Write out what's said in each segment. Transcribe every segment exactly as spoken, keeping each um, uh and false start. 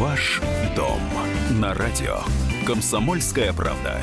Ваш дом на радио «Комсомольская правда».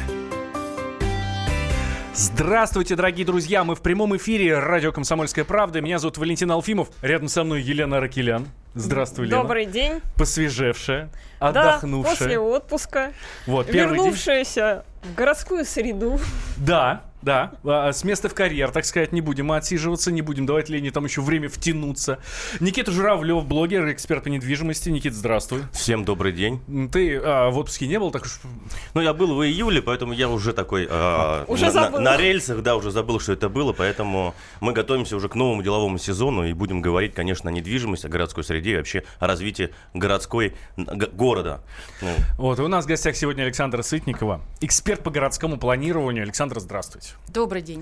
Здравствуйте, дорогие друзья! Мы в прямом эфире радио «Комсомольская правда». Меня зовут Валентин Алфимов. Рядом со мной Елена Аракелян. Здравствуй, Лена. Добрый день. Посвежевшая, отдохнувшая. Да, после отпуска. Вот, вернувшаяся день. В городскую среду. Да, да. С места в карьер, так сказать, не будем отсиживаться, не будем давать Лене там еще время втянуться. Никита Журавлев, блогер, эксперт по недвижимости. Никита, здравствуй. Всем добрый день. Ты а, в отпуске не был, так уж... Ну, я был в июле, поэтому я уже такой... А, уже на, забыл. На, на рельсах, да, уже забыл, что это было, поэтому мы готовимся уже к новому деловому сезону и будем говорить, конечно, о недвижимости, о городской среде и вообще о развитии городской г- города. Ну. Вот, и у нас в гостях сегодня Александра Сытникова, эксперт по городскому планированию. Александра, здравствуйте. Добрый день.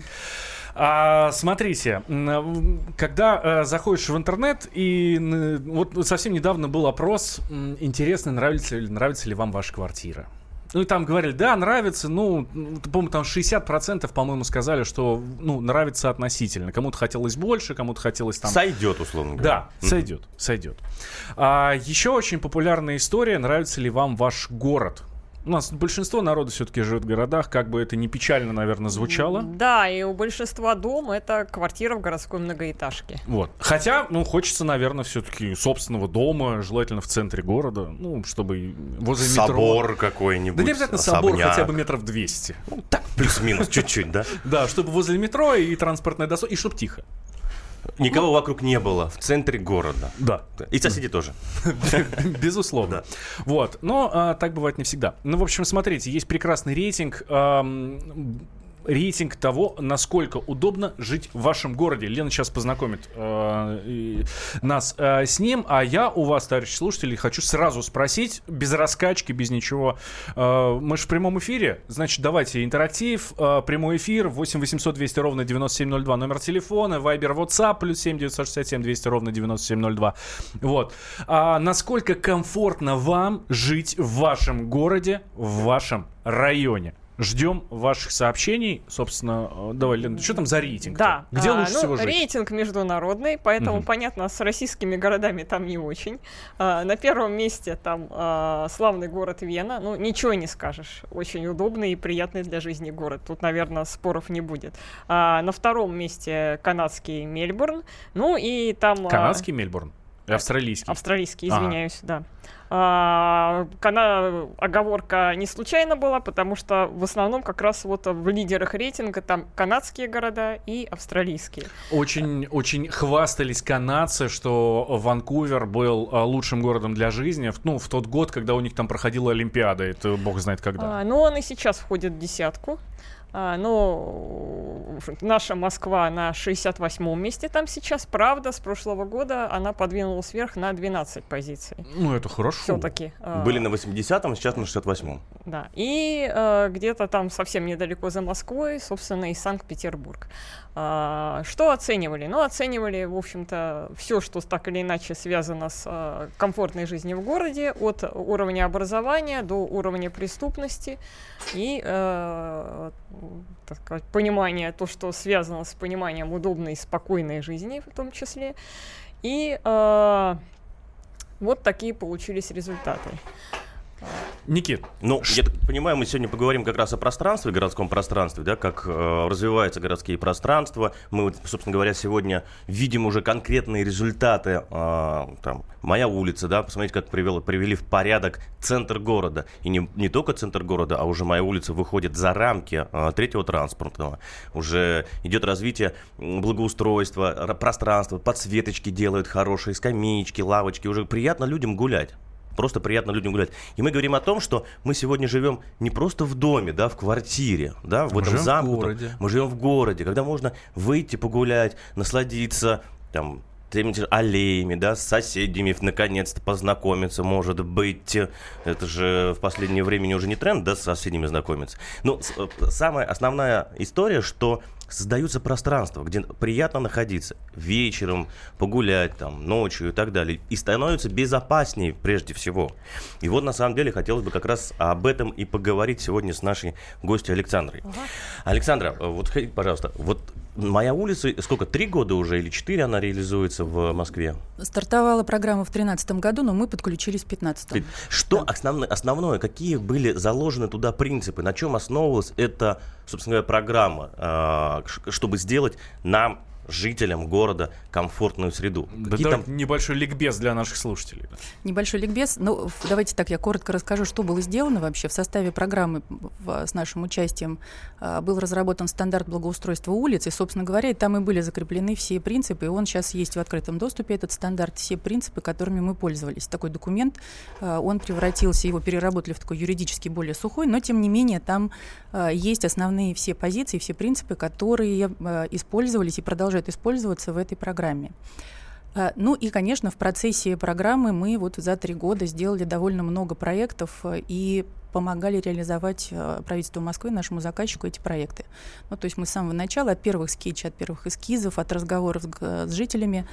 А, смотрите, когда а, заходишь в интернет, и вот совсем недавно был опрос, интересно, нравится, нравится ли вам ваша квартира. Ну и там говорили, да, нравится, ну, по-моему, там шестьдесят процентов, по-моему, сказали, что, ну, нравится относительно. Кому-то хотелось больше, кому-то хотелось там... Сойдет, условно говоря. Да, сойдет, сойдет. А, еще очень популярная история, нравится ли вам ваш город. У нас большинство народа все-таки живет в городах, как бы это ни печально, наверное, звучало. Да, и у большинства дом это квартира в городской многоэтажке. Вот. Хотя, ну, хочется, наверное, все-таки собственного дома, желательно в центре города, ну, чтобы возле метро. Собор какой-нибудь. Да не обязательно собор, хотя бы метров двести. Ну, так, плюс-минус, чуть-чуть, да? Да, чтобы возле метро и транспортная дорога, и чтобы тихо. Никого вокруг не было, в центре города. Да. И соседи тоже. Безусловно. Вот. Но а, так бывает не всегда. Ну, в общем, смотрите, есть прекрасный рейтинг. Эм, рейтинг того, насколько удобно жить в вашем городе. Лена сейчас познакомит э, нас э, с ним. А я у вас, товарищи слушатели, хочу сразу спросить, без раскачки, без ничего. Э, мы же в прямом эфире. Значит, давайте интерактив. Э, прямой эфир. восемь восемьсот двести ровно девяносто семь ноль два. Номер телефона. Вайбер, WhatsApp. Плюс семь девятьсот шестьдесят семь двести ровно девяносто семь ноль два. Вот. А насколько комфортно вам жить в вашем городе, в вашем районе? Ждем ваших сообщений. Собственно, давай, Лена, что там за рейтинг? Да. Где а, лучше ну, всего жить? Рейтинг международный, поэтому, Угу. понятно, с российскими городами там не очень. А, на первом месте там а, славный город Вена. Ну, ничего не скажешь. Очень удобный и приятный для жизни город. Тут, наверное, споров не будет. А, на втором месте канадский Мельбурн. Ну и там... Канадский а... Мельбурн? И австралийский? Австралийский, извиняюсь, ага. да. А, кана... Оговорка не случайно была, потому что в основном как раз вот в лидерах рейтинга там канадские города и австралийские. Очень, очень хвастались канадцы, что Ванкувер был лучшим городом для жизни, ну, в тот год, когда у них там проходила Олимпиада, это бог знает когда. А, ну, он и сейчас входит в десятку. А, но наша Москва на шестьдесят восьмом месте там сейчас. Правда, с прошлого года она подвинулась вверх на двенадцать позиций. Ну, это хорошо. Все-таки. Были на восьмидесятом, сейчас на шестьдесят восьмом. Да. И э, где-то там совсем недалеко за Москвой, собственно, и Санкт-Петербург. А, что оценивали? Ну, оценивали, в общем-то, все, что так или иначе связано с э, комфортной жизнью в городе, от уровня образования до уровня преступности и э, так сказать, понимание, то, что связано с пониманием удобной и спокойной жизни в том числе. И э, вот такие получились результаты. Никит. Ну, я так понимаю, мы сегодня поговорим как раз о пространстве, городском пространстве, да, как э, развиваются городские пространства. Мы, вот, собственно говоря, сегодня видим уже конкретные результаты. Э, там, моя улица, да, посмотрите, как привел, привели в порядок центр города. И не, не только центр города, а уже моя улица выходит за рамки э, третьего транспортного. Уже идет развитие благоустройства, пространства, подсветочки делают хорошие, скамеечки, лавочки. Уже приятно людям гулять. Просто приятно людям гулять. И мы говорим о том, что мы сегодня живем не просто в доме, да, в квартире, да, в мы этом замкнутом. В городе. Мы живем в городе, когда можно выйти погулять, насладиться там теми аллеями, да, с соседями, наконец-то познакомиться, может быть. Это же в последнее время уже не тренд, да, с соседями знакомиться. Но самая основная история, что создаются пространства, где приятно находиться вечером, погулять там, ночью и так далее. И становится безопаснее прежде всего. И вот на самом деле хотелось бы как раз об этом и поговорить сегодня с нашей гостью Александрой. Ага. Александра, вот скажите, пожалуйста, вот «Моя улица», сколько, три года уже или четыре она реализуется в Москве? Стартовала программа в две тысячи тринадцатом году, но мы подключились в две тысячи пятнадцатом. Что да. основное, основное, какие были заложены туда принципы, на чем основывалась эта, собственно говоря, программа, чтобы сделать нам, жителям города, комфортную среду? Да, там... Небольшой ликбез для наших слушателей. Небольшой ликбез. Ну, давайте так, я коротко расскажу, что было сделано вообще. В составе программы в, с нашим участием а, был разработан стандарт благоустройства улиц, и, собственно говоря, там и были закреплены все принципы, и он сейчас есть в открытом доступе, этот стандарт, все принципы, которыми мы пользовались. Такой документ, а, он превратился, его переработали в такой юридически более сухой, но, тем не менее, там а, есть основные все позиции, все принципы, которые а, использовались и продолжают использоваться в этой программе. Ну и, конечно, в процессе программы мы вот за три года сделали довольно много проектов и помогали реализовать правительству Москвы, нашему заказчику, эти проекты. Ну, то есть мы с самого начала, от первых скетчей, от первых эскизов, от разговоров с жителями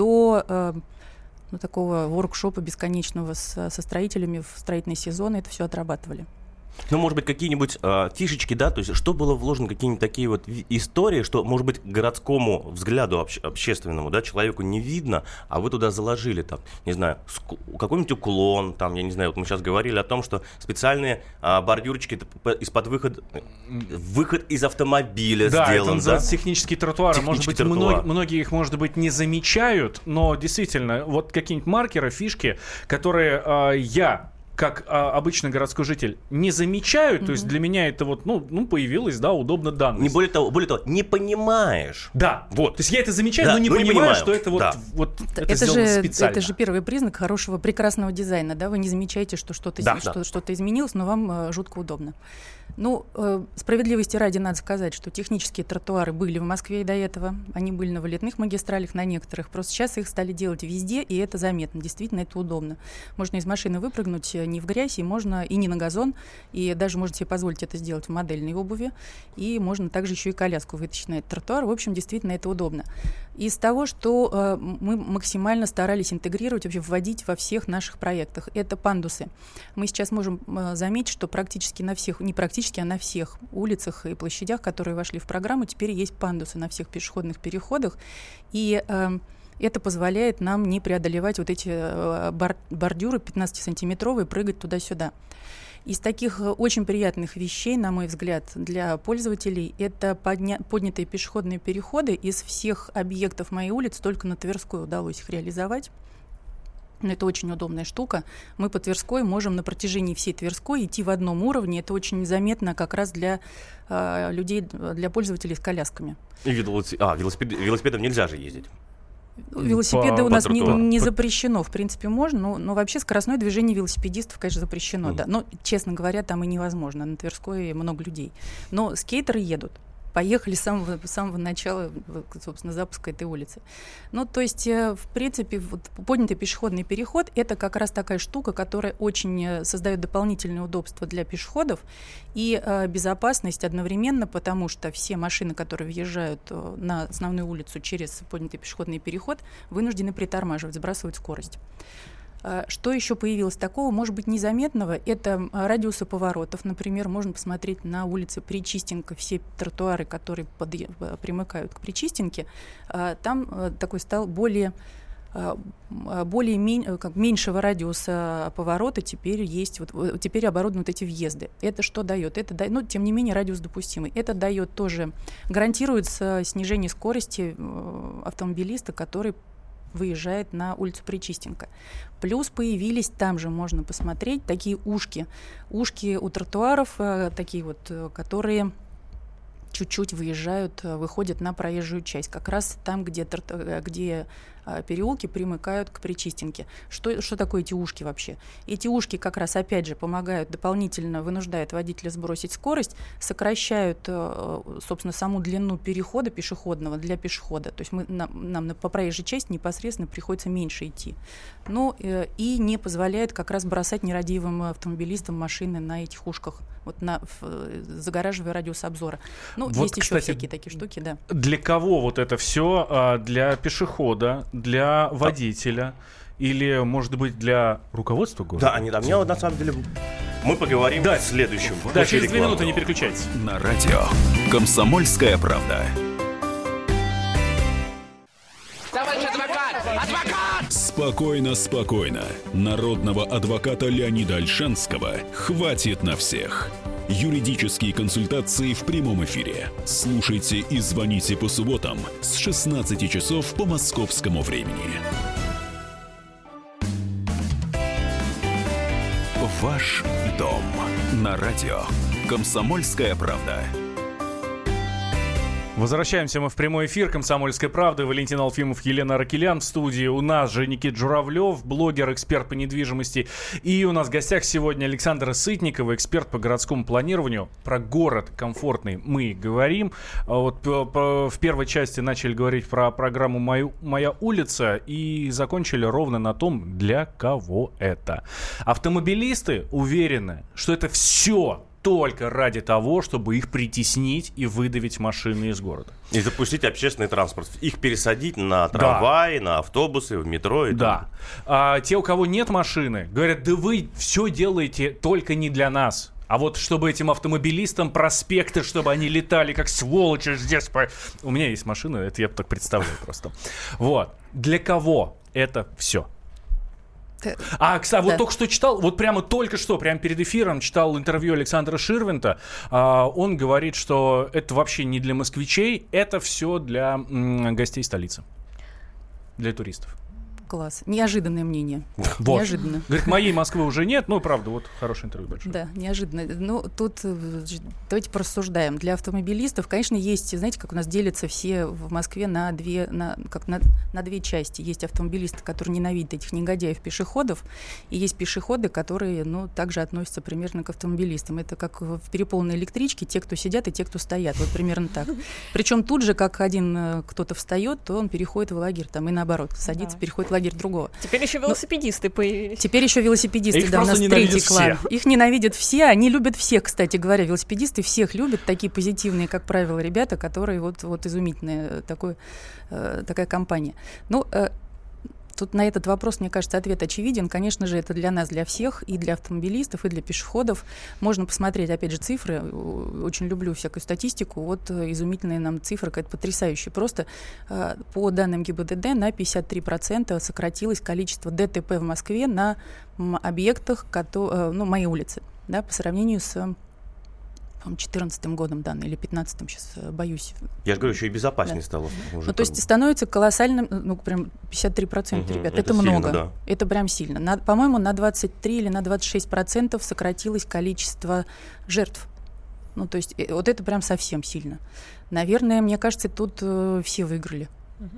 до ну, такого воркшопа бесконечного с, со строителями в строительный сезон, это все отрабатывали. Ну, может быть, какие-нибудь э, фишечки, да, то есть что было вложено, какие-нибудь такие вот истории, что, может быть, городскому взгляду обще- общественному, да, человеку не видно, а вы туда заложили, там, не знаю, ску- какой-нибудь уклон, там, я не знаю, вот мы сейчас говорили о том, что специальные э, бордюрчики из-под выхода, выход из автомобиля да, сделан, это называется да? технические тротуары. Может быть, тротуар. мног, многие их, может быть, не замечают, но действительно, вот какие-нибудь маркеры, фишки, которые э, я... как а, обычный городской житель, не замечают, mm-hmm. то есть для меня это вот, ну, ну появилось, да, удобно данность. Не более того, более того, не понимаешь. Да, вот. То есть я это замечаю, да, но не но понимаю, не понимаю, что это вот, да. вот это, это сделано же, специально. Это же первый признак хорошего, прекрасного дизайна, да, вы не замечаете, что что-то, да, что, да. что-то изменилось, но вам э, жутко удобно. Ну, э, справедливости ради надо сказать, что технические тротуары были в Москве и до этого, они были на вылетных магистралях, на некоторых, просто сейчас их стали делать везде, и это заметно, действительно, это удобно. Можно из машины выпрыгнуть не в грязь, и можно и не на газон, и даже можно себе позволить это сделать в модельной обуви, и можно также еще и коляску вытащить на этот тротуар, в общем, действительно, это удобно. Из того, что э, мы максимально старались интегрировать, вообще вводить во всех наших проектах, это пандусы. Мы сейчас можем э, заметить, что практически на всех, не практически, а на всех улицах и площадях, которые вошли в программу, теперь есть пандусы на всех пешеходных переходах, и э, это позволяет нам не преодолевать вот эти э, бар- бордюры пятнадцатисантиметровые, прыгать туда-сюда. Из таких очень приятных вещей, на мой взгляд, для пользователей, это подня- поднятые пешеходные переходы. Из всех объектов моей улицы только на Тверской удалось их реализовать. Но это очень удобная штука. Мы по Тверской можем на протяжении всей Тверской идти в одном уровне. Это очень заметно как раз для э, людей, для пользователей с колясками. И велосипед, а, велосипед, велосипедом нельзя же ездить. Велосипеды по, у нас по не, не по... запрещено, в принципе, можно, но, но вообще скоростное движение велосипедистов, конечно, запрещено, mm. да. Но, честно говоря, там и невозможно. На Тверской много людей. Но скейтеры едут. Поехали с самого, с самого начала, собственно, запуска этой улицы. Ну, то есть, в принципе, вот, поднятый пешеходный переход — это как раз такая штука, которая очень создает дополнительные удобства для пешеходов и э, безопасность одновременно, потому что все машины, которые въезжают на основную улицу через поднятый пешеходный переход, вынуждены притормаживать, сбрасывать скорость. Что еще появилось такого, может быть, незаметного? Это радиусы поворотов. Например, можно посмотреть на улице Причистенко, все тротуары, которые под, примыкают к Причистенке. Там такой стал более, более как, меньшего радиуса поворота теперь есть, вот, теперь оборудованы вот эти въезды. Это что дает? Это дает, ну, тем не менее, радиус допустимый. Это дает тоже, гарантируется снижение скорости автомобилиста, который выезжает на улицу Причистенко. Плюс появились, там же можно посмотреть, такие ушки. Ушки у тротуаров, э, такие вот, э, которые чуть-чуть выезжают, э, выходят на проезжую часть. Как раз там, где, где а переулки примыкают к Причистенке. Что, что такое эти ушки вообще? Эти ушки как раз, опять же, помогают дополнительно, вынуждают водителя сбросить скорость, сокращают, собственно, саму длину перехода пешеходного для пешехода. То есть мы, нам, нам по проезжей части непосредственно приходится меньше идти. Ну и не позволяет как раз бросать нерадивым автомобилистам машины на этих ушках, вот на, в, загораживая радиус обзора. Ну, вот, есть кстати, еще всякие такие штуки, да. Для кого вот это все? Для пешехода, для водителя или, может быть, для руководства города? Да, они там. Мне вот, на самом деле, мы поговорим да. в следующем. Да, через две минуты не переключайтесь. На радио «Комсомольская правда». Товарищ адвокат! Адвокат! Спокойно, спокойно. Народного адвоката Леонида Ольшанского хватит на всех. Юридические консультации в прямом эфире. Слушайте и звоните по субботам с шестнадцати часов по московскому времени. Ваш дом на радио «Комсомольская правда». Возвращаемся мы в прямой эфир «Комсомольской правды». Валентин Алфимов, Елена Аракелян в студии. У нас же Никит Журавлев, блогер, эксперт по недвижимости. И у нас в гостях сегодня Александра Сытникова, эксперт по городскому планированию. Про город комфортный мы говорим. Вот в первой части начали говорить про программу «Моя, моя улица» и закончили ровно на том, для кого это. Автомобилисты уверены, что это все только ради того, чтобы их притеснить и выдавить машины из города. И запустить общественный транспорт. Их пересадить на трамваи, да. на автобусы, в метро. И да. А, те, у кого нет машины, говорят, да вы все делаете только не для нас. А вот чтобы этим автомобилистам проспекты, чтобы они летали как сволочи здесь. У меня есть машина, это я так представляю просто. Вот. Для кого это все? А, кстати, да. вот только что читал, вот прямо только что, прямо перед эфиром читал интервью Александра Ширвинта. А, он говорит, что это вообще не для москвичей, это все для м- гостей столицы, для туристов. Класс. Неожиданное мнение. Вот. Неожиданно. Говорит, моей Москвы уже нет. Ну, правда, вот хорошее интервью большое. Да, неожиданно. Ну, тут давайте порассуждаем. Для автомобилистов, конечно, есть, знаете, как у нас делятся все в Москве на две, на, как на, на две части. Есть автомобилисты, которые ненавидят этих негодяев-пешеходов, и есть пешеходы, которые, ну, также относятся примерно к автомобилистам. Это как в переполненной электричке, те, кто сидят, и те, кто стоят. Вот примерно так. Причем тут же, как один кто-то встает, то он переходит в лагерь, там, и наоборот, садится, да. переходит в лагерь другого. Теперь еще велосипедисты Но, появились. Теперь еще велосипедисты, их да, у нас третий клан. Все. Их ненавидят все, они любят всех, кстати говоря. Велосипедисты всех любят, такие позитивные, как правило, ребята, которые вот, вот изумительная такой, э, такая компания. Ну, э, тут на этот вопрос, мне кажется, ответ очевиден. Конечно же, это для нас, для всех, и для автомобилистов, и для пешеходов. Можно посмотреть, опять же, цифры. Очень люблю всякую статистику. Вот изумительные нам цифры, какая-то потрясающая. Просто по данным ГИБДД на пятьдесят три процента сократилось количество ДТП в Москве на объектах, ну, моей улицы, да, по сравнению с четырнадцатым годом данные или пятнадцатым, сейчас боюсь. Я же говорю, еще и безопаснее да. стало. Уже ну, то есть бы. становится колоссальным, ну, прям пятьдесят три процента, угу, ребят, это, это много. Сильно, да. Это прям сильно. На, по-моему, на двадцать три или на двадцать шесть процентов сократилось количество жертв. Ну, то есть вот это прям совсем сильно. Наверное, мне кажется, тут э, все выиграли.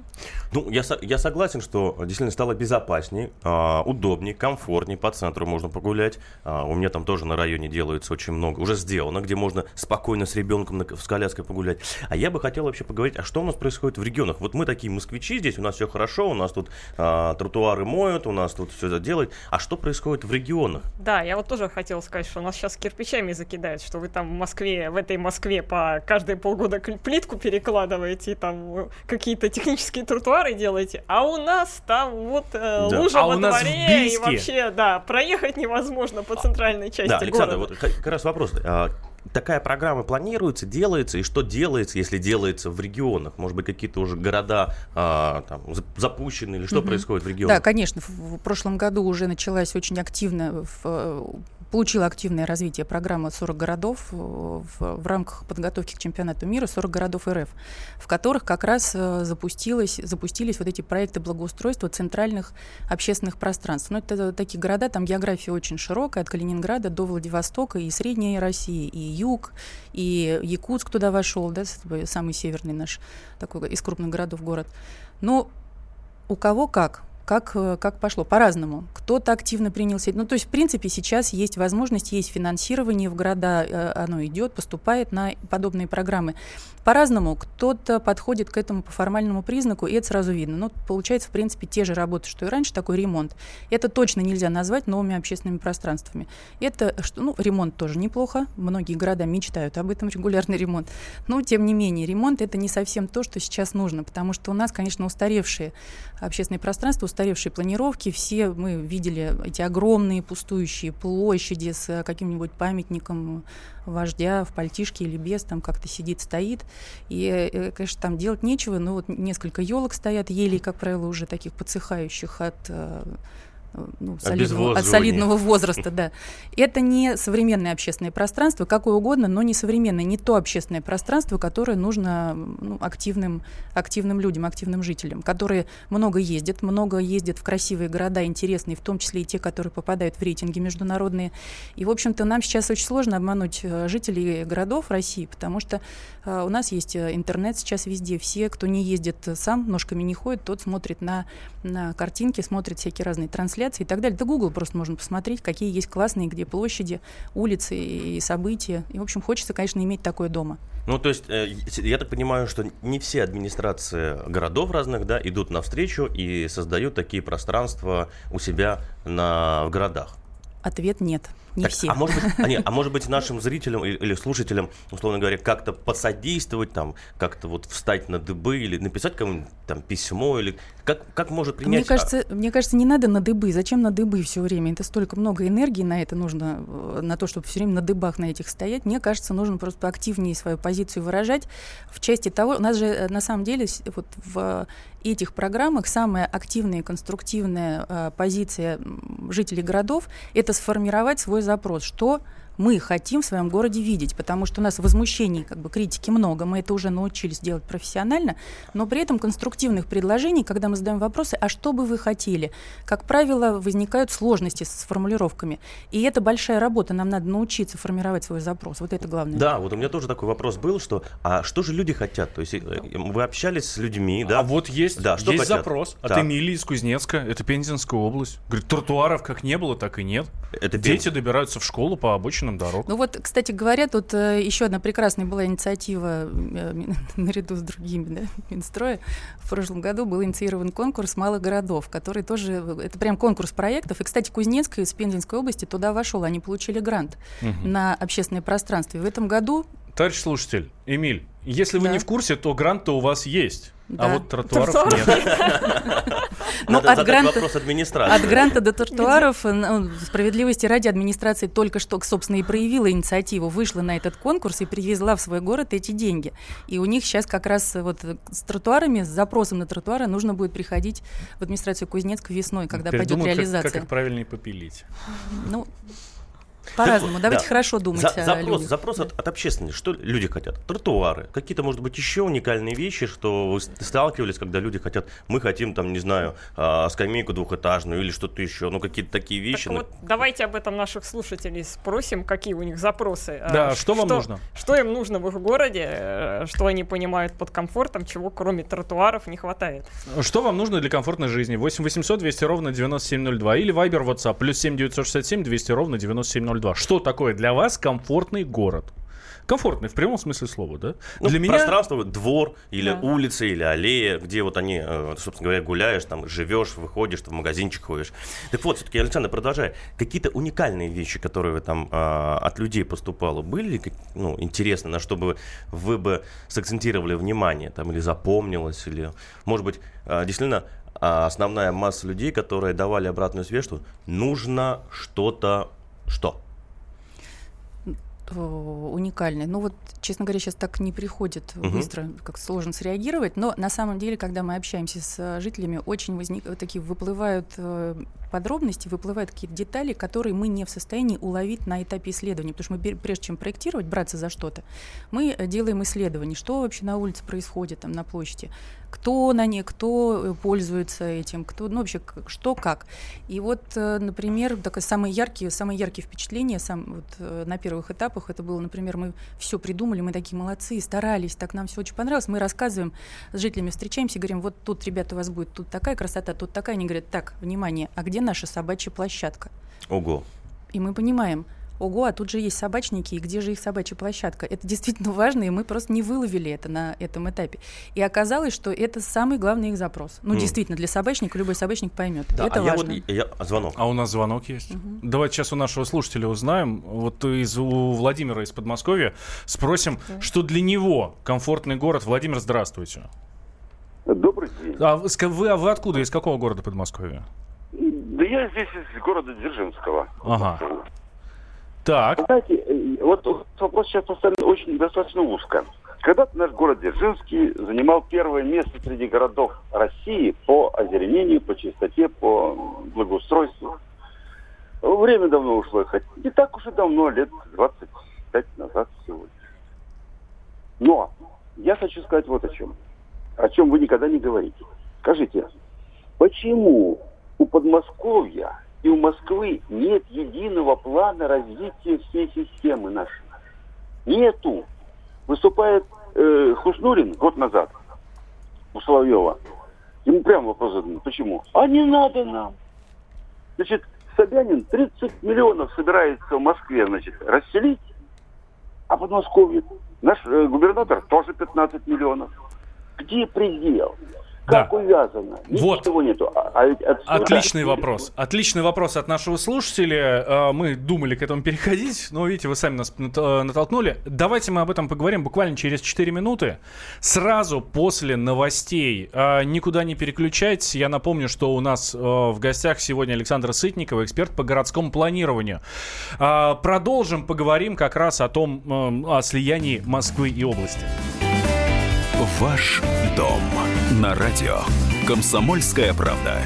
Ну, я, я согласен, что действительно стало безопаснее, а, удобнее, комфортнее, по центру можно погулять. А, у меня там тоже на районе делается очень много, уже сделано, где можно спокойно с ребенком на, с коляской погулять. А я бы хотел вообще поговорить, а что у нас происходит в регионах? Вот мы такие москвичи, здесь у нас все хорошо, у нас тут а, тротуары моют, у нас тут все это делают. А что происходит в регионах? Да, я вот тоже хотела сказать, что нас сейчас кирпичами закидают, что вы там в Москве, в этой Москве по каждые полгода плитку перекладываете, там какие-то технические технические тротуары делаете, а у нас там вот э, да. лужа а во дворе, и вообще, да, проехать невозможно по центральной части да, Александр, города. Вот как раз вопрос. А, такая программа планируется, делается, и что делается, если делается в регионах? Может быть, какие-то уже города а, там, запущены, или что угу. происходит в регионах? Да, конечно. В, в прошлом году уже началась очень активно в, получила активное развитие программа сорок городов в, в рамках подготовки к чемпионату мира, сорок городов эр эф, в которых как раз запустилось, запустились вот эти проекты благоустройства центральных общественных пространств. Ну, это такие города, там география очень широкая, от Калининграда до Владивостока, и Средняя Россия, и Юг, и Якутск туда вошел, да, самый северный наш такой из крупных городов город. Но У кого как? Как, как пошло? По-разному. Кто-то активно принялся. Ну, то есть, в принципе, сейчас есть возможность, есть финансирование в города, оно идет, поступает на подобные программы. По-разному. Кто-то подходит к этому по формальному признаку, и это сразу видно. Но получается, в принципе, те же работы, что и раньше, такой ремонт. Это точно нельзя назвать новыми общественными пространствами. Это, что, ну, ремонт тоже неплохо. Многие города мечтают об этом, регулярный ремонт. Но, тем не менее, ремонт — это не совсем то, что сейчас нужно, потому что у нас, конечно, устаревшие общественные пространства, устаревшие планировки. Все мы видели эти огромные пустующие площади с каким-нибудь памятником вождя в пальтишке или без, там как-то сидит, стоит. И, конечно, там делать нечего, но вот несколько елок стоят, елей, как правило, уже таких подсыхающих от... Ну, солидного, от солидного возраста, да. Это не современное общественное пространство, какое угодно, но не современное, не то общественное пространство, которое нужно, ну, активным, активным людям, активным жителям, которые много ездят, много ездят в красивые города, интересные, в том числе и те, которые попадают в рейтинги международные. И, в общем-то, нам сейчас очень сложно обмануть жителей городов России, потому что uh, у нас есть интернет сейчас везде. Все, кто не ездит сам, ножками не ходит, тот смотрит на, на картинки, смотрит всякие разные трансляции и так далее. Да Google просто можно посмотреть, какие есть классные, где площади, улицы и события. И, в общем, хочется, конечно, иметь такое дома. Ну, то есть, э, я так понимаю, что не все администрации городов разных, да, идут навстречу и создают такие пространства у себя на, в городах. Ответ нет. Не так, все. А может быть, а, не, а может быть, нашим зрителям или, или слушателям, условно говоря, как-то посодействовать, там, как-то вот встать на дыбы или написать кому-нибудь там письмо, или как, как может принять... Мне кажется, а... мне кажется, не надо на дыбы. Зачем на дыбы все время? Это столько много энергии на это нужно, на то, чтобы все время на дыбах на этих стоять. Мне кажется, нужно просто активнее свою позицию выражать в части того... У нас же на самом деле вот в этих программах самая активная и конструктивная э, позиция жителей городов — это сформировать свой запрос, что мы хотим в своем городе видеть, потому что у нас возмущений, как бы, критики много, мы это уже научились делать профессионально, но при этом конструктивных предложений, когда мы задаем вопросы, а что бы вы хотели, как правило, возникают сложности с формулировками, и это большая работа, нам надо научиться формировать свой запрос, вот это главное. Да, вот у меня тоже такой вопрос был, что, а что же люди хотят, то есть вы общались с людьми, да? А вот есть, да, что есть хотят? запрос от да. Эмилии из Кузнецка, это Пензенская область, говорит, тротуаров как не было, так и нет, это дети Пен... добираются в школу по обочинам дорог. Ну вот, кстати говоря, тут э, еще одна прекрасная была инициатива э, наряду с другими, да, Минстроя. В прошлом году был инициирован конкурс малых городов, который тоже, это прям конкурс проектов. И, кстати, Кузнецк из Пензенской области туда вошел, они получили грант угу. на общественное пространство. И в этом году... Товарищ слушатель, Эмиль, если вы да. не в курсе, то грант-то у вас есть. Да. А вот тротуаров нет. Надо задать вопрос администрации. От гранта до тротуаров, справедливости ради, администрация только что, собственно, и проявила инициативу, вышла на этот конкурс и привезла в свой город эти деньги. И у них сейчас как раз вот с тротуарами, с запросом на тротуары нужно будет приходить в администрацию Кузнецка весной, когда пойдет реализация. Как, как их правильнее попилить. Ну... По-разному. Так, Давайте да. хорошо думать За, о запрос, людях. Запрос да. от, от общественности. Что люди хотят? Тротуары. Какие-то, может быть, еще уникальные вещи, что вы сталкивались, когда люди хотят, мы хотим, там, не знаю, скамейку двухэтажную или что-то еще. Ну, какие-то такие вещи. Так вот, давайте об этом наших слушателей спросим, какие у них запросы. Да, что, что вам нужно? Что им нужно в их городе, что они понимают под комфортом, чего кроме тротуаров не хватает. Что вам нужно для комфортной жизни? восемь восемьсот двести ровно девяносто семь ноль два или Viber, WhatsApp, плюс семь девятьсот шестьдесят семь двести ровно девяносто семь ноль два. Что такое для вас комфортный город? Комфортный в прямом смысле слова, да? Ну, для пространство, меня... двор, или да. улица, или аллея, где вот они, собственно говоря, гуляешь, там, живешь, выходишь, в магазинчик ходишь. Так вот, все-таки, Александр, продолжая, какие-то уникальные вещи, которые вы там а, от людей поступало, были ли, ну, интересно, на что бы вы бы сакцентировали внимание, там, или запомнилось, или, может быть, а, действительно, а, основная масса людей, которые давали обратную связь, что нужно что-то, что? Уникальный. Ну вот, честно говоря, сейчас так не приходит uh-huh. быстро, как сложно среагировать, но на самом деле, когда мы общаемся с жителями, очень возник... такие выплывают подробности, выплывают какие-то детали, которые мы не в состоянии уловить на этапе исследования, потому что мы, прежде чем проектировать, браться за что-то, мы делаем исследование, что вообще на улице происходит, там, на площади, кто на ней, кто пользуется этим, кто, ну, вообще, что, как. И вот, например, такое самые яркие, самые яркие впечатления сам, вот, на первых этапах, это было, например, мы все придумали, мы такие молодцы, старались, так нам все очень понравилось, мы рассказываем, с жителями встречаемся, говорим, вот тут, ребята, у вас будет тут такая красота, тут такая, они говорят, так, внимание, а где наша собачья площадка? Ого. И мы понимаем, ого, а тут же есть собачники, и где же их собачья площадка? Это действительно важно, и мы просто не выловили это на этом этапе. И оказалось, что это самый главный их запрос. Ну, mm. действительно, для собачника любой собачник поймет. Да, это а важно. Я вот, я, звонок. А у нас звонок есть. Uh-huh. Давайте сейчас у нашего слушателя узнаем. Вот из, у Владимира из Подмосковья спросим, uh-huh. что для него комфортный город. Владимир, здравствуйте. Добрый день. А вы, вы, вы откуда? Из какого города Подмосковья? Да я здесь из города Дзержинского. Ага. Так. Знаете, вот вопрос сейчас поставлен очень достаточно узко. Когда-то наш город Дзержинский занимал первое место среди городов России по озеленению, по чистоте, по благоустройству. Время давно ушло, хоть не так уж и давно, лет двадцать пять назад всего лишь. Но я хочу сказать вот о чем. О чем вы никогда не говорите. Скажите, почему у Подмосковья и у Москвы нет единого плана развития всей системы нашей? Нету. Выступает э, Хушнурин год назад у Соловьева. Ему прямо вопрос задан. Почему? А не надо нам. Значит, Собянин тридцать миллионов собирается в Москве, значит, расселить, а Подмосковье наш э, губернатор тоже пятнадцать миллионов. Где предел? Как да. увязано? Ничего вот. нету. А, а отсюда... Отличный вопрос. Отличный вопрос от нашего слушателя. Мы думали к этому переходить, но, видите, вы сами нас натолкнули. Давайте мы об этом поговорим буквально через четыре минуты. Сразу после новостей. Никуда не переключайтесь. Я напомню, что у нас в гостях сегодня Александра Сытникова, эксперт по городскому планированию. Продолжим, поговорим как раз о том, о слиянии Москвы и области. Ваш дом на радио «Комсомольская правда».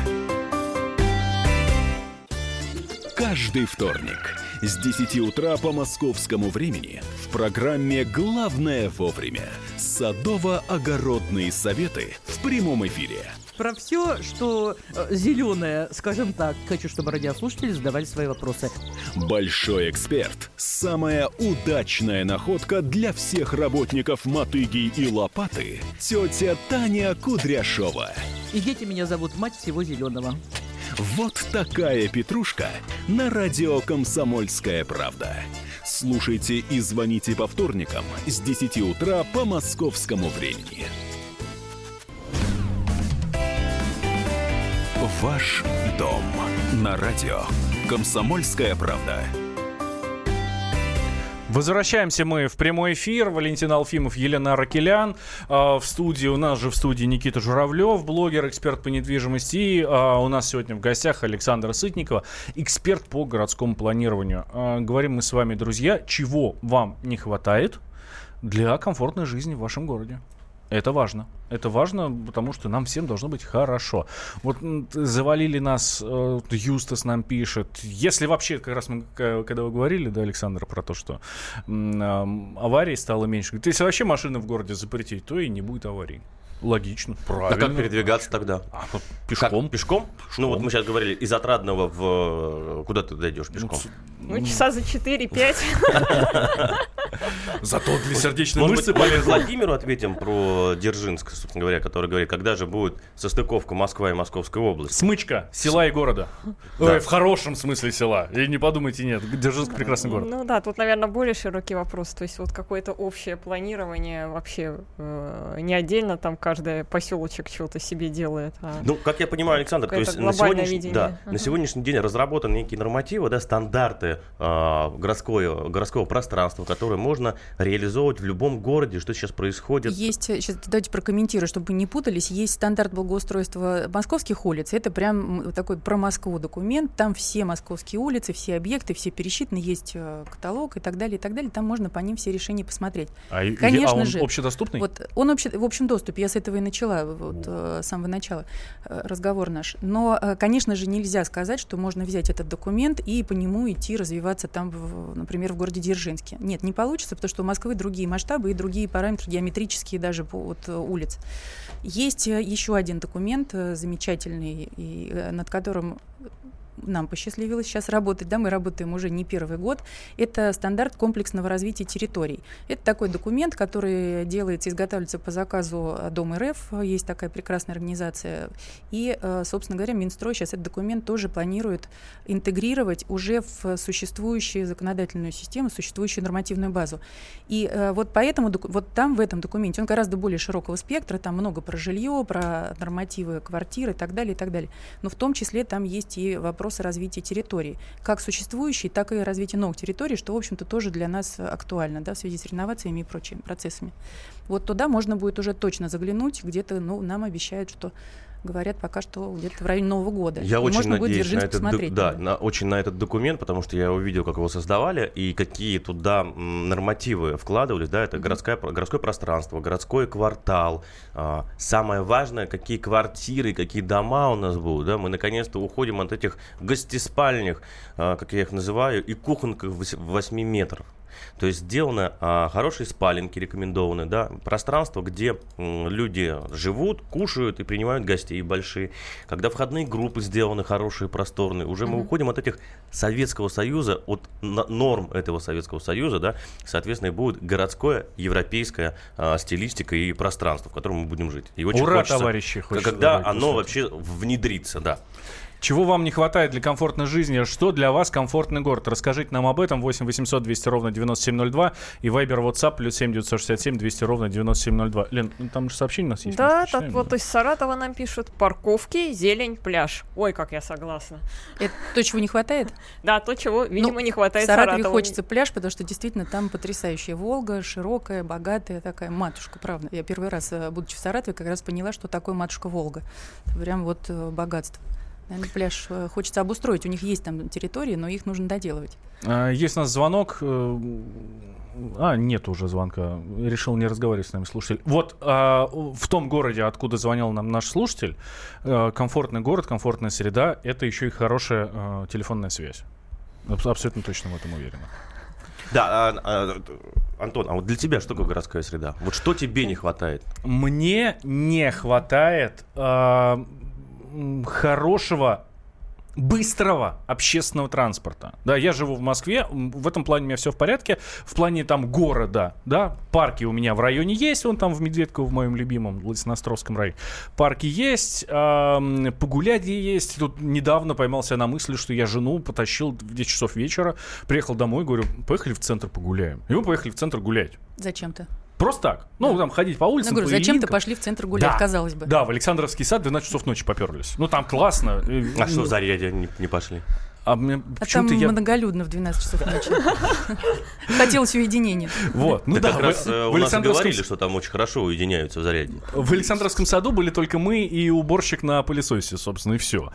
Каждый вторник с десяти утра по московскому времени в программе «Главное вовремя» садово-огородные советы в прямом эфире. Про все, что э, зеленое, скажем так, хочу, чтобы радиослушатели задавали свои вопросы. Большой эксперт. Самая удачная находка для всех работников мотыги и лопаты. Тетя Таня Кудряшова. И дети меня зовут мать всего зеленого. Вот такая петрушка на радио «Комсомольская правда». Слушайте и звоните по вторникам с десяти утра по московскому времени. Ваш дом на радио «Комсомольская правда». Возвращаемся мы в прямой эфир. Валентин Алфимов, Елена Аракелян. В студии, у нас же в студии Никита Журавлев, блогер, эксперт по недвижимости. И у нас сегодня в гостях Александра Сытникова, эксперт по городскому планированию. Говорим мы с вами, друзья, чего вам не хватает для комфортной жизни в вашем городе. Это важно. Это важно, потому что нам всем должно быть хорошо. Вот завалили нас, э, Юстас нам пишет. Если вообще, как раз мы, когда вы говорили, да, Александр, про то, что э, аварий стало меньше. Говорит, если вообще машины в городе запретить, то и не будет аварий. Логично, правильно. А как передвигаться тогда? А, ну, пешком. Как? Пешком? Пешком. Ну вот мы сейчас говорили, из Отрадного в... Куда ты дойдешь пешком? Ну, часа за четыре-пять. Зато для сердечной Может мышцы быть, полезно. Владимиру ответим про Дзержинск, собственно говоря, который говорит, когда же будет состыковка Москва и Московской области. Смычка села и города. Да. Ой, в хорошем смысле села. И не подумайте, нет. Дзержинск прекрасный город. Ну да, тут, наверное, более широкий вопрос. То есть вот какое-то общее планирование вообще э, не отдельно там каждый поселочек что-то себе делает. А Ну, как я понимаю, Александр, то есть на сегодняшний, да, uh-huh. на сегодняшний день разработаны некие нормативы, да, стандарты э, городского, городского пространства, которые можно реализовывать в любом городе, что сейчас происходит. Есть, сейчас давайте прокомментирую, чтобы вы не путались, есть стандарт благоустройства московских улиц, это прям такой про Москву документ, там все московские улицы, все объекты, все пересчитаны, есть каталог и так далее, и так далее, там можно по ним все решения посмотреть. А, Конечно а он же, общедоступный? Вот, он обще, в общем доступе, я с этого и начала, вот, с самого начала разговор наш. Но, конечно же, нельзя сказать, что можно взять этот документ и по нему идти развиваться там, в, например, в городе Дзержинске. Нет, не получится, потому что у Москвы другие масштабы и другие параметры геометрические даже от улиц. Есть еще один документ замечательный, и, над которым нам посчастливилось сейчас работать, да, мы работаем уже не первый год. Это стандарт комплексного развития территорий. Это такой документ, который делается, изготавливается по заказу Дом РФ, есть такая прекрасная организация. И, собственно говоря, Минстрой сейчас этот документ тоже планирует интегрировать уже в существующую законодательную систему, существующую нормативную базу. И вот поэтому, вот там в этом документе, он гораздо более широкого спектра, там много про жилье, про нормативы квартир и так далее, и так далее. Но в том числе там есть и вопрос развития территорий, как существующей, так и развития новых территорий, что, в общем-то, тоже для нас актуально, да, в связи с реновациями и прочими процессами. Вот туда можно будет уже точно заглянуть, где-то, ну, нам обещают, что говорят пока что где-то в районе Нового года. Я и очень можно будет надеюсь на этот, посмотреть, да, на, очень на этот документ, потому что я увидел, как его создавали и какие туда нормативы вкладывались. Да, это mm-hmm. городское, городское пространство, городской квартал. А, самое важное, какие квартиры, какие дома у нас будут. Да, мы наконец-то уходим от этих гостеспальных, а, как я их называю, и кухонок восемь метров. То есть сделаны а, хорошие спаленки рекомендованы, да, пространство, где м, люди живут, кушают и принимают гостей большие. Когда входные группы сделаны хорошие, просторные, уже mm-hmm. мы уходим от этих Советского Союза, от на, норм этого Советского Союза, да, соответственно, и будет городское, европейская а, стилистика и пространство, в котором мы будем жить. И очень Ура, хочется, товарищи! Хочется когда оно вообще внедрится, да. Чего вам не хватает для комфортной жизни? Что для вас комфортный город? Расскажите нам об этом. восемь восемьсот двести ровно девяносто семь ноль два и Viber, WhatsApp плюс семь девятьсот шестьдесят семь двести ровно девяносто семь ноль два. Лен, ну, там же сообщение у нас есть. Да, так вот да? Из Саратова нам пишут: парковки, зелень, пляж. Ой, как я согласна. Это то, чего не хватает? Да, то, чего, видимо, ну, не хватает в Саратове. Саратову. Хочется пляж, потому что действительно там потрясающая Волга, широкая, богатая такая матушка, правда. Я первый раз, будучи в Саратове, как раз поняла, что такое матушка Волга. Прям вот богатство. Наверное, пляж хочется обустроить. У них есть там территории, но их нужно доделывать. Есть у нас звонок. А, нет уже звонка. Решил не разговаривать с нами слушатель. Вот а, в том городе, откуда звонил нам наш слушатель, а, комфортный город, комфортная среда, это еще и хорошая а, телефонная связь. Абсолютно точно в этом уверена. Да, а, а, Антон, а вот для тебя что такое городская среда? Вот что тебе не хватает? Мне не хватает а, хорошего, быстрого общественного транспорта. Да, я живу в Москве, в этом плане у меня все в порядке. В плане там города, да, парки у меня в районе есть, вон там в Медведково, в моем любимом Лысиностровском районе. Парки есть, э, погулять есть. Тут недавно поймался на мысли, что я жену потащил в десять часов вечера, приехал домой, говорю, поехали в центр погуляем. И мы поехали в центр гулять. Зачем-то? Просто так. Ну, там ходить по улицам, я говорю, по зачем-то пошли в центр гулять, да, казалось бы. Да, в Александровский сад в двенадцать часов ночи поперлись. Ну, там классно. А что в Зарядье не, не пошли? А, мне, а там я... многолюдно в двенадцать часов ночи. Хотелось уединения. Вот. Ну да, как раз у нас говорили, что там очень хорошо уединяются в Зарядье. В Александровском саду были только мы и уборщик на пылесосе, собственно, и все.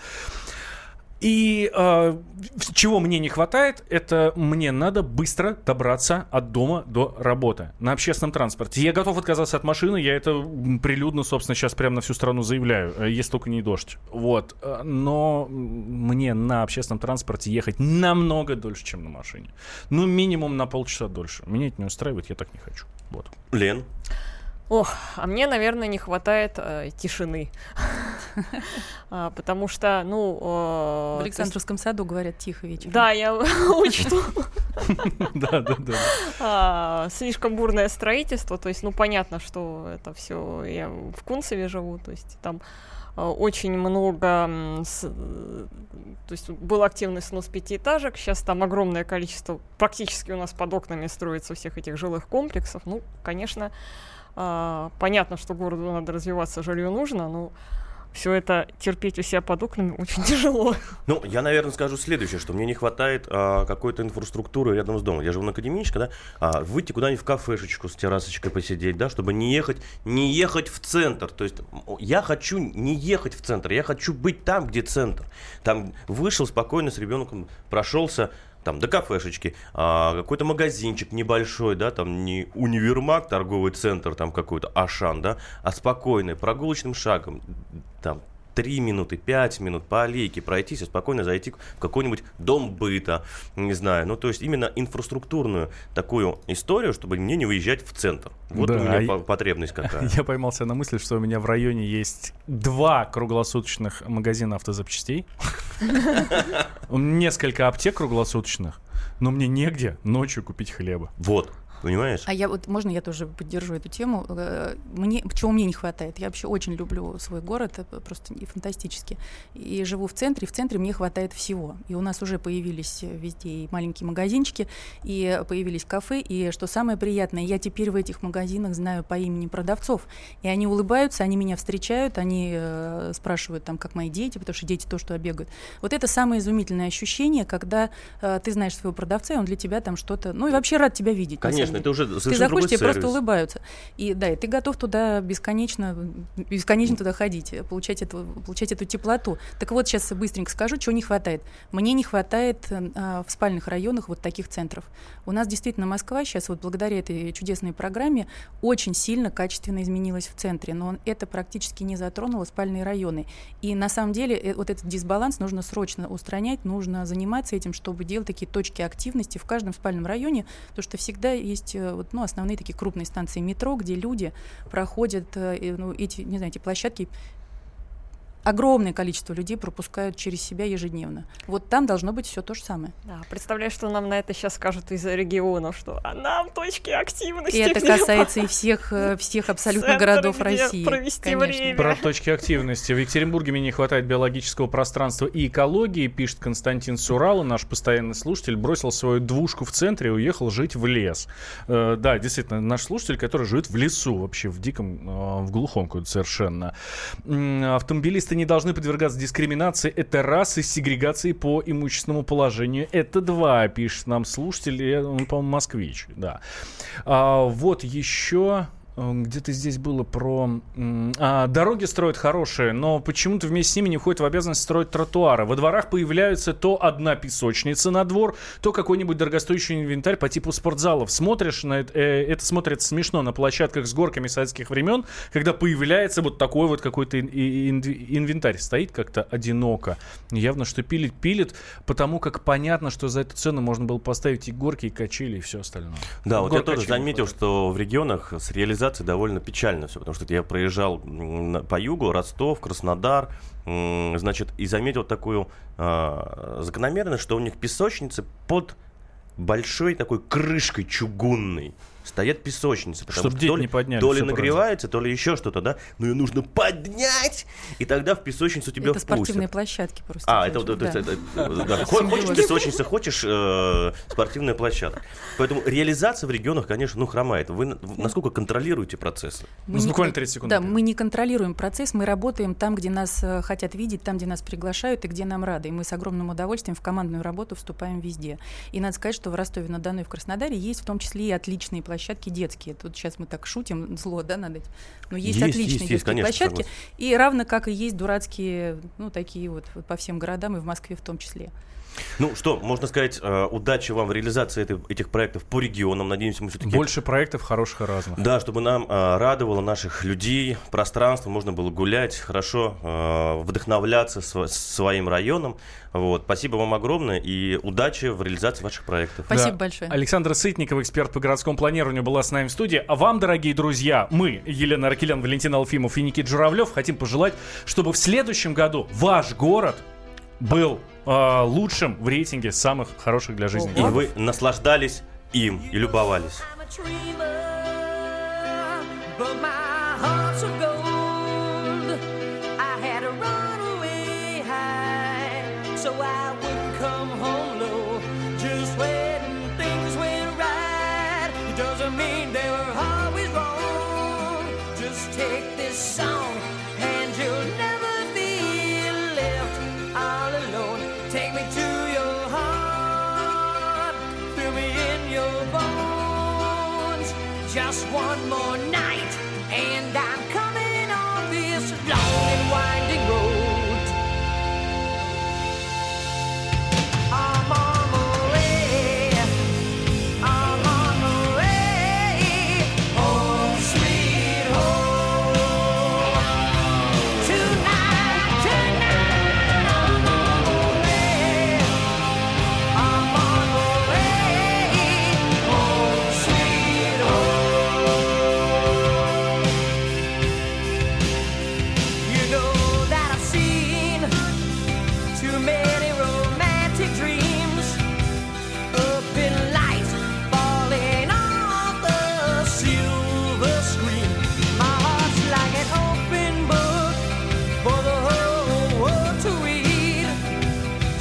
И э, чего мне не хватает, это мне надо быстро добраться от дома до работы на общественном транспорте. Я готов отказаться от машины, я это прилюдно, собственно, сейчас прямо на всю страну заявляю, если только не дождь. Вот. Но мне на общественном транспорте ехать намного дольше, чем на машине. Ну, минимум на полчаса дольше. Меня это не устраивает, я так не хочу. Вот. Лен? Ох, а мне, наверное, не хватает э, тишины. а, потому что, ну... Э, в Александровском есть... саду говорят тихо вечером. Да, я учту. Да, да, да. Слишком бурное строительство, то есть, ну, понятно, что это все... Я в Кунцеве живу, то есть там очень много... То есть был активный снос пятиэтажек, сейчас там огромное количество, практически у нас под окнами строится всех этих жилых комплексов. Ну, конечно... А, понятно, что городу надо развиваться, жилье нужно, но все это терпеть у себя под окнами очень тяжело. Ну, я, наверное, скажу следующее, что мне не хватает а, какой-то инфраструктуры рядом с домом. Я живу на Академической, да, а, выйти куда-нибудь в кафешечку с террасочкой посидеть, да, чтобы не ехать, не ехать в центр. То есть я хочу не ехать в центр, я хочу быть там, где центр. Там вышел спокойно с ребенком, прошелся, там, до кафешечки, а, какой-то магазинчик небольшой, да, там не универмаг, торговый центр там какой-то, Ашан, да, а спокойный, прогулочным шагом, там, три минуты, пять минут по аллейке пройтись и спокойно зайти в какой-нибудь дом быта, не знаю. Ну, то есть именно инфраструктурную такую историю, чтобы мне не выезжать в центр. Вот да, у меня а по- потребность какая. Я поймался на мысли, что у меня в районе есть два круглосуточных магазина автозапчастей, несколько аптек круглосуточных, но мне негде ночью купить хлеба. Вот. Понимаешь? А я вот, можно я тоже поддержу эту тему? Мне, чего мне не хватает? Я вообще очень люблю свой город, это просто и фантастически. И живу в центре, в центре мне хватает всего. И у нас уже появились везде и маленькие магазинчики, и появились кафе, и что самое приятное, я теперь в этих магазинах знаю по имени продавцов, и они улыбаются, они меня встречают, они э, спрашивают, там, как мои дети, потому что дети то, что бегают. Вот это самое изумительное ощущение, когда э, ты знаешь своего продавца, и он для тебя там что-то, ну и вообще рад тебя видеть. Конечно, это уже совершенно ты заходишь, тебе сервис. просто улыбаются. И да, и ты готов туда бесконечно, бесконечно туда ходить, получать эту, получать эту теплоту. Так вот, сейчас быстренько скажу, чего не хватает. Мне не хватает а, в спальных районах вот таких центров. У нас действительно Москва сейчас, вот благодаря этой чудесной программе, очень сильно качественно изменилась в центре, но он, это практически не затронуло спальные районы. И на самом деле э, вот этот дисбаланс нужно срочно устранять, нужно заниматься этим, чтобы делать такие точки активности в каждом спальном районе, потому что всегда есть вот, ну, основные такие крупные станции метро, где люди проходят ну, эти, не знаю, эти площадки. Огромное количество людей пропускают через себя ежедневно. Вот там должно быть все то же самое. Да, представляю, что нам на это сейчас скажут из регионов, что а нам точки активности. И это касается и всех, всех абсолютно Центр, городов России. Провести конечно. время. Про точки активности. В Екатеринбурге мне не хватает биологического пространства и экологии, пишет Константин Сурала, наш постоянный слушатель, бросил свою двушку в центре и уехал жить в лес. Э, да, действительно, наш слушатель, который живет в лесу, вообще в диком, э, в глухом какой-то совершенно. М- автомобилисты не должны подвергаться дискриминации. Это раз, и сегрегации по имущественному положению. Это два, пишет нам слушатель. Он, по-моему, москвич. Да. А, вот еще... Где-то здесь было про... А, дороги строят хорошие, но почему-то вместе с ними не входит в обязанность строить тротуары. Во дворах появляются то одна песочница на двор, то какой-нибудь дорогостоящий инвентарь по типу спортзалов. Смотришь на это, э, это смотрится смешно на площадках с горками советских времен, когда появляется вот такой вот какой-то ин- ин- инвентарь. Стоит как-то одиноко. Явно, что пилит, пилит, потому как понятно, что за эту цену можно было поставить и горки, и качели, и все остальное. Да, вот Гор я тоже качелей заметил, хватает. что в регионах с реализацией довольно печально все, потому что я проезжал м, по югу, Ростов, Краснодар, м, значит, и заметил такую э, закономерность, что у них песочницы под большой такой крышкой чугунной стоят песочницы, потому Чтоб что дети то ли, не подняли, то ли всё нагревается, то ли еще что-то, да, но ее нужно поднять, и тогда в песочницу тебя Это спортивные впустят. площадки просто. А, это вот это, да. это, это, да. Хочешь песочница, хочешь э, спортивная площадка. Поэтому реализация в регионах, конечно, ну, хромает. Вы на- насколько контролируете процессы? Мы Ну, не- буквально тридцать секунд. Да, мы не контролируем процесс, мы работаем там, где нас э, хотят видеть, там, где нас приглашают и где нам рады. И мы с огромным удовольствием в командную работу вступаем везде. И надо сказать, что в Ростове-на-Дону и в Краснодаре есть в том числе и отличные площадки детские. Тут сейчас мы так шутим, зло, да, над этим. Но есть, Есть, отличные есть, детские есть, конечно, площадки. согласен. И равно как и есть дурацкие, ну, такие вот, вот по всем городам и в Москве в том числе. Ну что, можно сказать, э, удачи вам в реализации этой- этих проектов по регионам. Надеемся, мы все-таки... Больше проектов хороших и разных. Да, чтобы нам э, радовало наших людей, пространство, можно было гулять, хорошо э, вдохновляться св- своим районом. Вот. Спасибо вам огромное и удачи в реализации ваших проектов. Спасибо Да. большое. Александра Сытникова, эксперт по городскому планированию, была с нами в студии. А вам, дорогие друзья, мы, Елена Аркелян, Валентин Алфимов и Никита Журавлев, хотим пожелать, чтобы в следующем году ваш город был э, лучшим в рейтинге самых хороших для жизни И городов. вы наслаждались им и любовались. I'm a dreamer, but my heart's of gold. I had to run away high, so I wouldn't come home low. Just when things went right, it doesn't mean they were always wrong. Just take this song, and you'll never be left all alone. Take me to your heart, fill me in your bones. Just one more night, and I'm coming on this long and winding road. I'm on my way.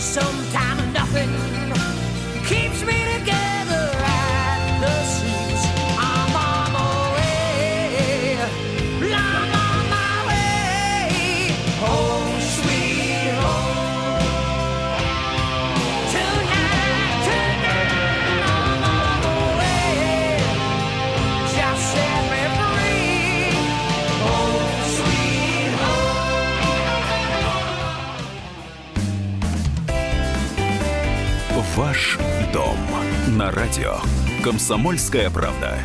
Sometimes nothing keeps me together at the seams. I'm on my way, I'm on my way, home sweet home. Tonight, tonight, I'm on my way, just set me free, home sweet home. Ваш дом на радио «Комсомольская правда».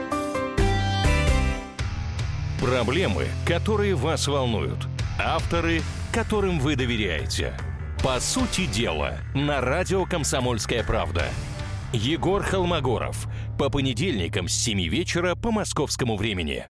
Проблемы, которые вас волнуют. Авторы, которым вы доверяете. По сути дела, на радио «Комсомольская правда». Егор Холмогоров. По понедельникам с семи вечера по московскому времени.